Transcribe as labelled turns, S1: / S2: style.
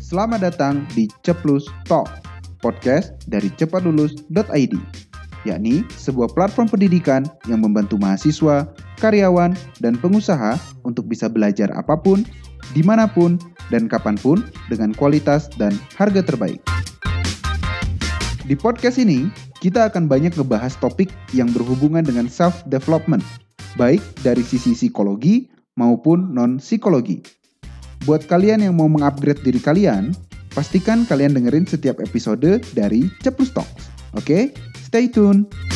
S1: Selamat datang di Ceplus Talk, podcast dari cepatlulus.id, yakni sebuah platform pendidikan yang membantu mahasiswa, karyawan, dan pengusaha untuk bisa belajar apapun, dimanapun, dan kapanpun dengan kualitas dan harga terbaik. Di podcast ini, kita akan banyak ngebahas topik yang berhubungan dengan self-development, baik dari sisi psikologi maupun non-psikologi. Buat kalian yang mau mengupgrade diri kalian, pastikan kalian dengerin setiap episode dari Ceplus Talks. Oke, stay tune!